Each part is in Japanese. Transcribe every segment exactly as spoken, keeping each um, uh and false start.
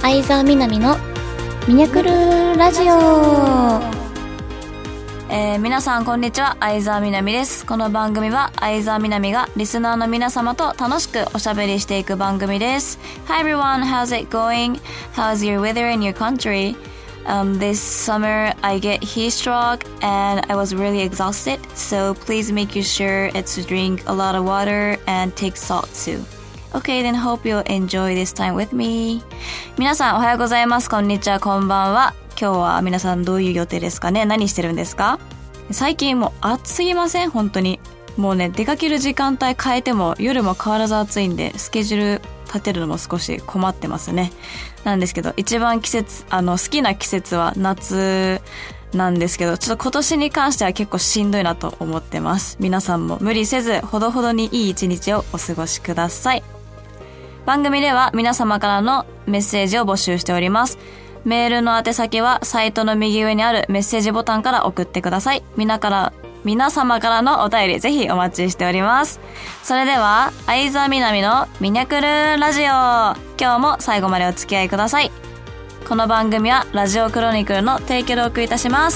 相沢みなみのミニャクルラジオ。 えー、皆さんこんにちは、相沢みなみです。この番組は相沢みなみがリスナーの皆様と楽しくおしゃべりしていく番組です。 Hi everyone, how's it going? How's your weather in your country?Um, this summer I get heat stroke and I was really exhausted, so please make you sure it's to drink a lot of water and take salt too. Okay, then hope you'll enjoy this time with me. 皆さんおはようございます。こんにちは、こんばんは。今日は皆さんどういう予定ですかね。何してるんですか？最近もう暑すぎません？本当に。もうね、出かける時間帯変えても夜も変わらず暑いんで、スケジュール立てるのも少し困ってますね。なんですけど、一番季節、あの、好きな季節は夏なんですけど、ちょっと今年に関しては結構しんどいなと思ってます。皆さんも無理せず、ほどほどにいい一日をお過ごしください。番組では皆様からのメッセージを募集しております。メールの宛先はサイトの右上にあるメッセージボタンから送ってください。皆から皆様からのお便りぜひお待ちしております。それでは相沢みなみのミニャクルラジオ、今日も最後までお付き合いください。この番組はラジオクロニクルの提供でお送りいたします。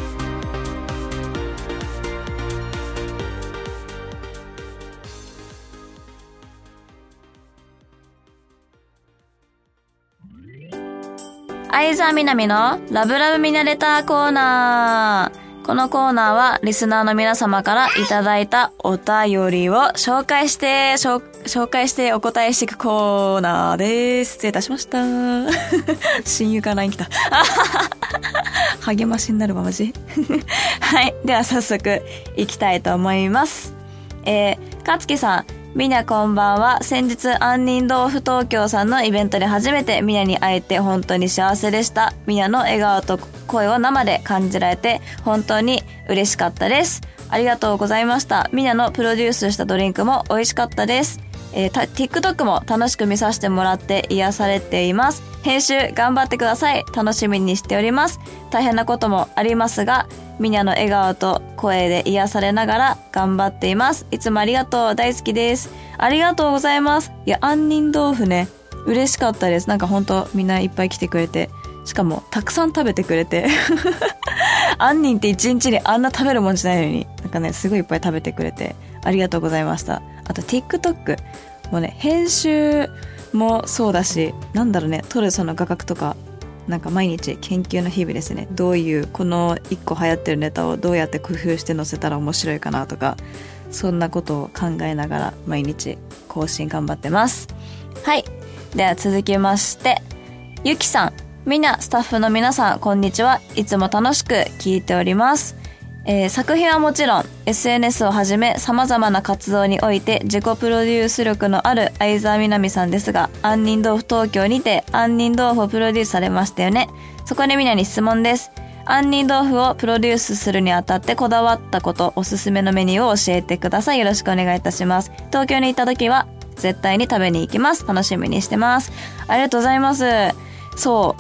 相沢みなみのラブラブミナレターコーナー。このコーナーはリスナーの皆様からいただいたお便りを紹介して紹介してお答えしていくコーナーです。失礼いたしました。親友から ライン 来た。励ましになるわマジ。はい、では早速いきたいと思います。えー、かつきさん、みなこんばんは。先日杏仁豆腐東京さんのイベントで初めてみなに会えて本当に幸せでした。みなの笑顔と声を生で感じられて本当に嬉しかったです。ありがとうございました。みなのプロデュースしたドリンクも美味しかったです。えー、TikTok も楽しく見させてもらって癒されています。編集頑張ってください。楽しみにしております。大変なこともありますが、みなの笑顔と声で癒されながら頑張っています。いつもありがとう。大好きです。ありがとうございます。いや、杏仁豆腐ね、嬉しかったです。なんかほんとみんないっぱい来てくれて、しかもたくさん食べてくれて杏仁って一日にあんな食べるもんじゃないのに、なんかね、すごいいっぱい食べてくれてありがとうございました。あと TikTok もね、編集もそうだし、なんだろうね、撮るその画角とか、なんか毎日研究の日々ですね。どういうこの一個流行ってるネタをどうやって工夫して載せたら面白いかなとか、そんなことを考えながら毎日更新頑張ってます。はい、では続きまして、ゆきさん、みんなスタッフの皆さんこんにちは。いつも楽しく聞いております。えー、作品はもちろん エスエヌエス をはじめ様々な活動において自己プロデュース力のある相沢みなみさんですが、杏仁豆腐東京にて杏仁豆腐をプロデュースされましたよね。そこでみんなに質問です。杏仁豆腐をプロデュースするにあたってこだわったこと、おすすめのメニューを教えてください。よろしくお願いいたします。東京に行った時は絶対に食べに行きます。楽しみにしてます。ありがとうございます。そう、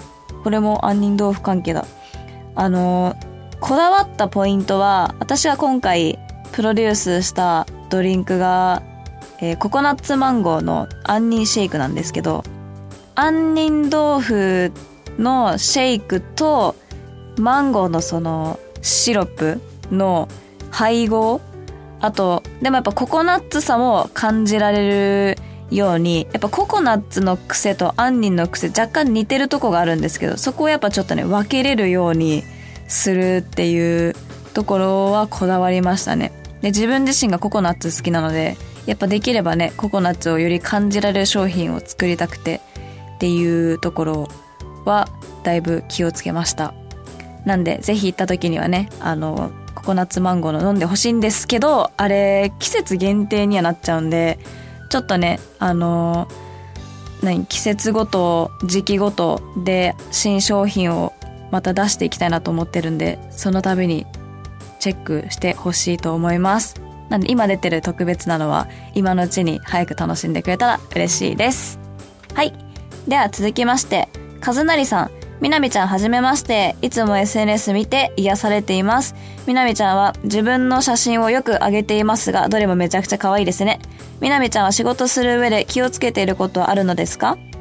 これも杏仁豆腐関係だ。あのーこだわったポイントは、私が今回プロデュースしたドリンクが、えー、ココナッツマンゴーの杏仁シェイクなんですけど、杏仁豆腐のシェイクとマンゴーのそのシロップの配合、あとでもやっぱココナッツさも感じられるように、やっぱココナッツの癖と杏仁の癖若干似てるとこがあるんですけど、そこをやっぱちょっとね分けれるようにするっていうところはこだわりましたね。で、自分自身がココナッツ好きなので、やっぱできればね、ココナッツをより感じられる商品を作りたくてっていうところはだいぶ気をつけました。なんでぜひ行った時にはね、あのココナッツマンゴーの飲んでほしいんですけど、あれ季節限定にはなっちゃうんで、ちょっとね、あの何季節ごと時期ごとで新商品をまた出していきたいなと思ってるんで、その度にチェックしてほしいと思います。なんで今出てる特別なのは今のうちに早く楽しんでくれたら嬉しいです。はい、では続きまして、かずなりさん、みなみちゃんはじめまして。いつも エスエヌエス 見て癒されています。みなみちゃんは自分の写真をよく上げていますが、どれもめちゃくちゃ可愛いですね。みなみちゃんは仕事する上で気をつけていることはあるのですか？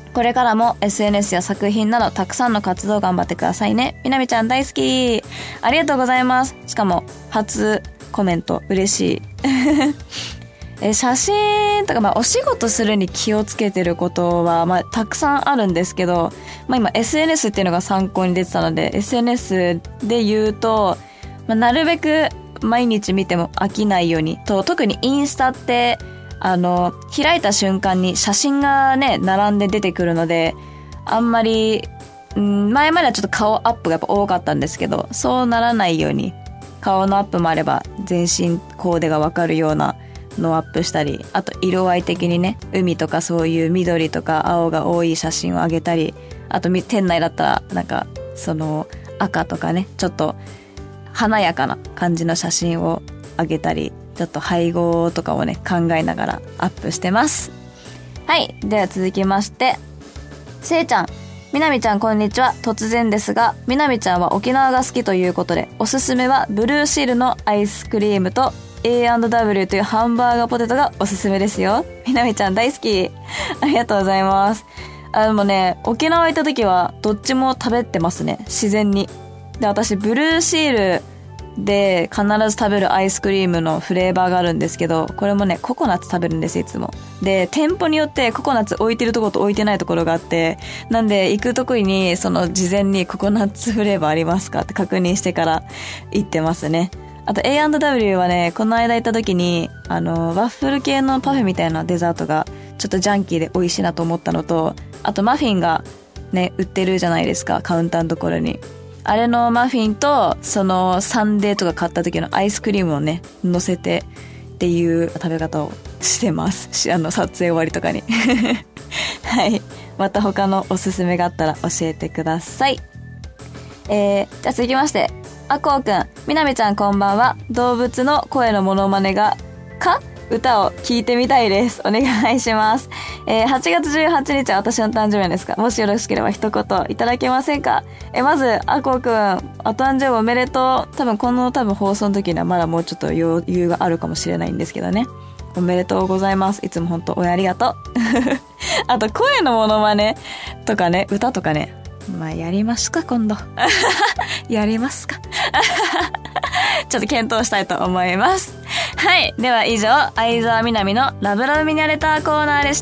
これからも エスエヌエス や作品などたくさんの活動頑張ってくださいね。みなみちゃん大好き。ありがとうございます。しかも初コメント嬉しい。え写真とか、まあ、お仕事するに気をつけてることは、まあ、たくさんあるんですけど、まあ、今 エスエヌエス っていうのが参考に出てたので エスエヌエス で言うと、まあ、なるべく毎日見ても飽きないようにと、特にインスタってあの開いた瞬間に写真がね並んで出てくるので、あんまり、うん、前まではちょっと顔アップがやっぱ多かったんですけど、そうならないように顔のアップもあれば全身コーデがわかるようなのをアップしたり、あと色合い的にね海とかそういう緑とか青が多い写真をあげたり、あと店内だったらなんかその赤とかねちょっと華やかな感じの写真をあげたり、ちょっと配合とかをね考えながらアップしてます。はい、では続きまして、せいちゃん、みなみちゃんこんにちは。突然ですが、みなみちゃんは沖縄が好きということで、おすすめはブルーシールのアイスクリームと エーアンドダブリュー というハンバーガーポテトがおすすめですよ。みなみちゃん大好き。ありがとうございます。あでもね、沖縄行った時はどっちも食べてますね、自然に。で、私ブルーシールで必ず食べるアイスクリームのフレーバーがあるんですけど、これもねココナッツ食べるんですいつも。で、店舗によってココナッツ置いてるところと置いてないところがあって、なんで行くとこにその事前にココナッツフレーバーありますかって確認してから行ってますね。あと エーアンドダブリュー はね、この間行った時にあのワッフル系のパフェみたいなデザートがちょっとジャンキーで美味しいなと思ったのと、あとマフィンがね売ってるじゃないですか、カウンターのところに。あれのマフィンとそのサンデーとか買った時のアイスクリームをね乗せてっていう食べ方をしてます。あの撮影終わりとかにはい、また他のおすすめがあったら教えてください。えー、じゃあ続きまして、あこうくん、みなみちゃんこんばんは。動物の声のモノマネがか歌を聞いてみたいです。お願いします。えー、はちがつじゅうはちにちは私の誕生日なんですが、もしよろしければ一言いただけませんか。えー、まずあこうくん、お誕生日おめでとう。多分この多分放送の時にはまだもうちょっと余裕があるかもしれないんですけどね。おめでとうございます。いつも本当応援ありがとうあと声のモノマネとかね、歌とかね、まあやりますか今度やりますかちょっと検討したいと思います。はい、では以上、相沢みなみのラブラブミニャレターコーナーでした。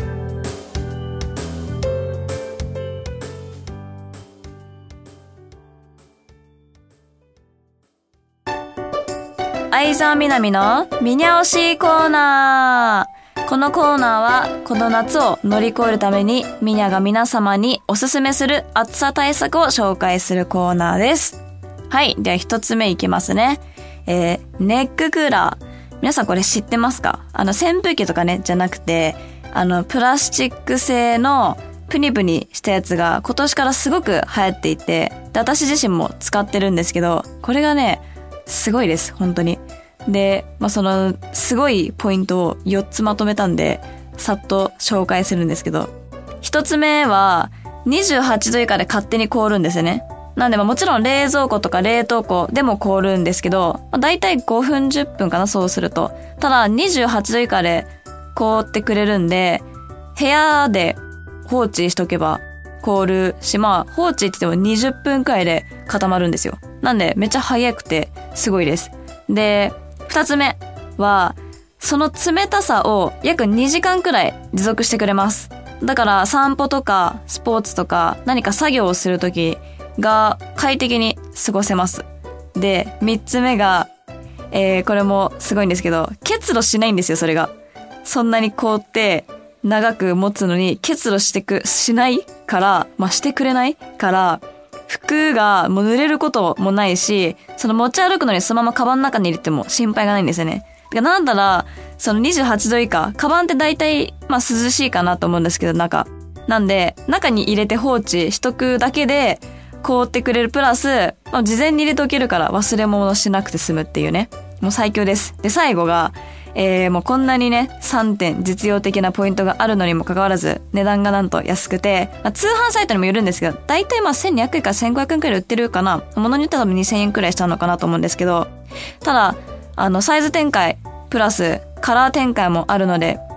相沢みなみのミニャ推しコーナー。このコーナーはこの夏を乗り越えるためにミニャが皆様におすすめする暑さ対策を紹介するコーナーです。はい、では一つ目いきますね。えー、ネッククーラー。皆さんこれ知ってますか？あの扇風機とかねじゃなくて、あのプラスチック製のプニプニしたやつが今年からすごく流行っていて、で私自身も使ってるんですけど、これがねすごいです本当に。で、まあ、そのすごいポイントをよっつまとめたんでさっと紹介するんですけど、ひとつめはにじゅうはちど以下で勝手に凍るんですよね。なんでまあもちろん冷蔵庫とか冷凍庫でも凍るんですけど、まあ、だいたいごふんじゅっぷんかな、そうすると。ただにじゅうはちど以下で凍ってくれるんで、部屋で放置しとけば凍るし、まあ放置って言ってもにじゅっぷんくらいで固まるんですよ。なんでめっちゃ早くてすごいです。で、二つ目はその冷たさを約にじかんくらい持続してくれます。だから散歩とかスポーツとか何か作業をするときが快適に過ごせます。で、三つ目が、えー、これもすごいんですけど、結露しないんですよ、それが。そんなに凍って長く持つのに結露してく、しないから、まあ、してくれないから、服がもう濡れることもないし、その持ち歩くのにそのままカバンの中に入れても心配がないんですよね。なんだら、そのにじゅうはちど以下、カバンって大体、まあ涼しいかなと思うんですけど、中。なんで、中に入れて放置しとくだけで、凍ってくれるプラス、まあ、事前に入れておけるから忘れ物しなくて済むっていうね。もう最強です。で、最後が、えー、もうこんなにね、さんてん実用的なポイントがあるのにもかかわらず、値段がなんと安くて、まあ、通販サイトにもよるんですけど、だいたいまあせんにひゃくえんからせんごひゃくえんくらい売ってるかな。ものによっては多分にせんえんくらいしちゃうのかなと思うんですけど、ただ、あの、サイズ展開、プラス、カラー展開もあるので、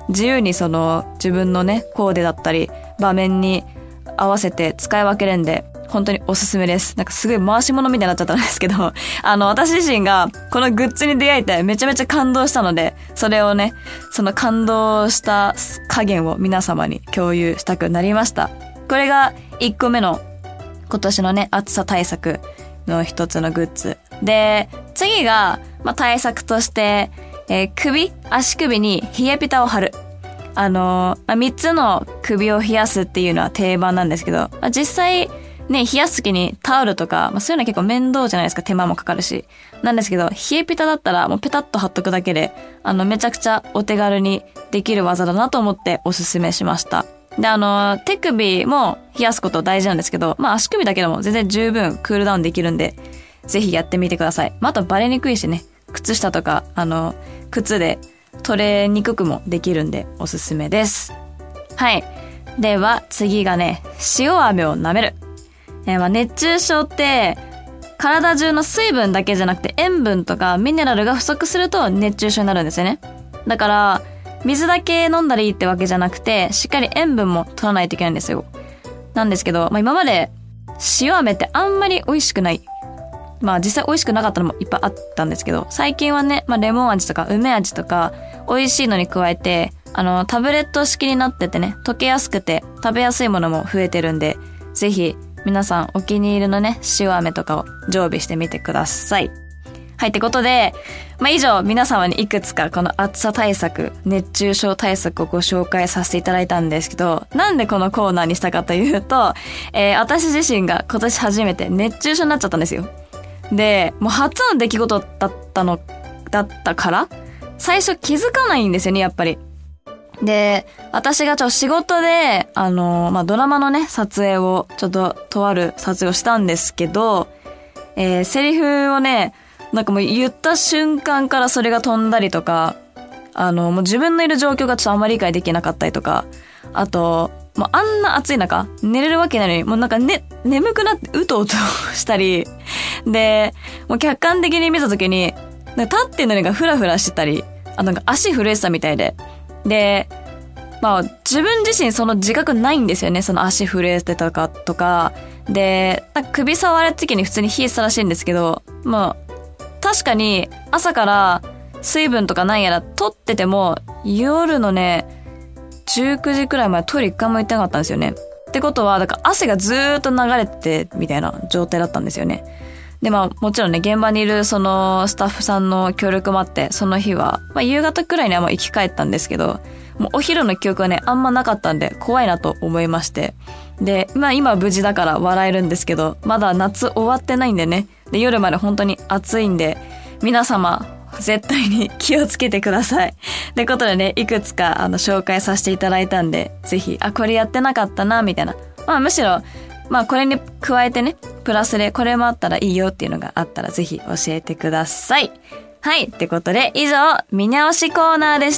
自由にその自分のねコーデだったり場面に合わせて使い分けれんで本当におすすめです。なんかすごい回し物みたいになっちゃったんですけど、あの私自身がこのグッズに出会えてめちゃめちゃ感動したので、それをね、その感動した加減を皆様に共有したくなりました。これがいっこめの今年のね暑さ対策の一つのグッズで、次が、まあ、対策として、えー、首足首に冷えピタを貼る。あのーまあ、みっつの首を冷やすっていうのは定番なんですけど、まあ、実際ね、冷やす時にタオルとか、まあ、そういうのは結構面倒じゃないですか。手間もかかるし。なんですけど、冷えピタだったらもうペタッと貼っとくだけで、あの、めちゃくちゃお手軽にできる技だなと思っておすすめしました。で、あの、手首も冷やすこと大事なんですけど、まあ足首だけでも全然十分クールダウンできるんで、ぜひやってみてください。まあ、あとバレにくいしね、靴下とか、あの、靴で取れにくくもできるんでおすすめです。はい。では、次がね、塩飴を舐める。えー、まあ熱中症って体中の水分だけじゃなくて塩分とかミネラルが不足すると熱中症になるんですよね。だから水だけ飲んだらいいってわけじゃなくて、しっかり塩分も取らないといけないんですよ。なんですけど、まあ、今まで塩飴ってあんまり美味しくない。まあ実際美味しくなかったのもいっぱいあったんですけど、最近はね、まあレモン味とか梅味とか美味しいのに加えて、あのタブレット式になっててね、溶けやすくて食べやすいものも増えてるんで、ぜひ皆さんお気に入りのね塩飴とかを常備してみてください。はい、ってことで、まあ、以上皆様にいくつかこの暑さ対策、熱中症対策をご紹介させていただいたんですけど、なんでこのコーナーにしたかというと、えー、私自身が今年初めて熱中症になっちゃったんですよ。で、もう初の出来事だったのだったから最初気づかないんですよね、やっぱり。で、私がちょっと仕事で、あのー、まあ、ドラマのね、撮影を、ちょっと、とある撮影をしたんですけど、えー、セリフをね、なんかもう言った瞬間からそれが飛んだりとか、あの、もう自分のいる状況がちょっとあんまり理解できなかったりとか、あと、もうあんな暑い中、寝れるわけないのに、もうなんかね、眠くなってうとうとしたり、で、もう客観的に見たときに、立ってんのにがフラフラしてたり、あ、なんか足震えてたみたいで、で、まあ自分自身その自覚ないんですよね。その足震えてたかとか。で、なんか首触られた時に普通に冷えてたらしいんですけど、まあ確かに朝から水分とかなんやら取ってても、夜のね、じゅうくじくらいまでトイレ一回も行ってなかったんですよね。ってことは、だから汗がずーっと流れてみたいな状態だったんですよね。で、まあもちろんね、現場にいるそのスタッフさんの協力もあって、その日は、まあ夕方くらいにはもう生き返ったんですけど、もうお昼の記憶はね、あんまなかったんで、怖いなと思いまして。で、まあ今は無事だから笑えるんですけど、まだ夏終わってないんでね。で、夜まで本当に暑いんで、皆様、絶対に気をつけてください。ってことでね、いくつかあの紹介させていただいたんで、ぜひ、あ、これやってなかったな、みたいな。まあむしろ、まあこれに加えてね、プラスでこれもあったらいいよっていうのがあったらぜひ教えてください。はい。ってことで以上、見直しコーナーでした。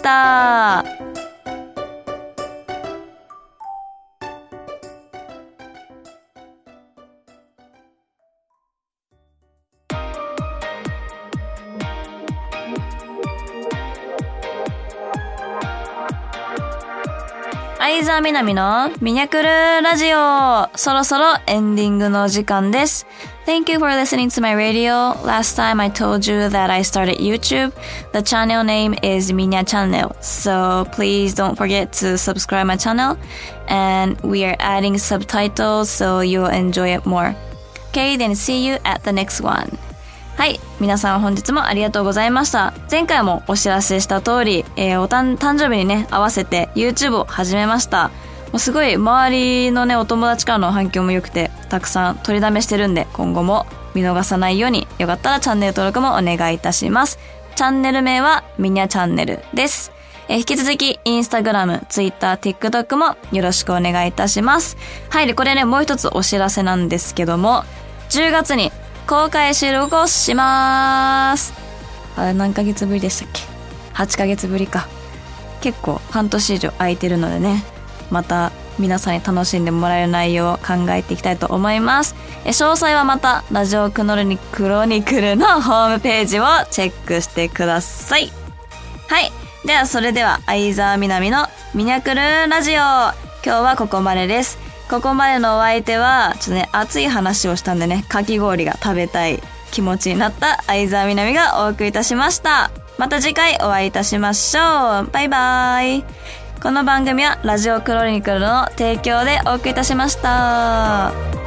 相沢みなみのミニャクルラジオ、そろそろエンディングの時間です。Thank you for listening to my radio. Last time I told you that I started YouTube. The channel name is Minya Channel. So please don't forget to subscribe my channel. And we are adding subtitles so you'll enjoy it more. Okay, then see you at the next one. はい。皆さん本日もありがとうございました。前回もお知らせした通り、えー、おたん誕生日にね、合わせて YouTube を始めました。もうすごい周りのね、お友達からの反響も良くて、たくさん取りだめしてるんで、今後も見逃さないように、よかったらチャンネル登録もお願いいたします。チャンネル名はミニャチャンネルです。えー、引き続き、インスタグラム、ツイッター、TikTok もよろしくお願いいたします。はい。で、これね、もう一つお知らせなんですけども、じゅうがつに公開収録をしまーす。あれ何ヶ月ぶりでしたっけ？ はち ヶ月ぶりか。結構半年以上空いてるのでね、また皆さんに楽しんでもらえる内容を考えていきたいと思います。え詳細はまたラジオクノルニクロニクルのホームページをチェックしてください。はい。 ではそれでは相沢みなみのミニャクルラジオ、今日はここまでです。ここまでのお相手はちょっとね熱い話をしたんでね、かき氷が食べたい気持ちになった相沢みなみがお送りいたしました。また次回お会いいたしましょう。バイバイ。この番組はラジオクロニクルの提供でお送りいたしました。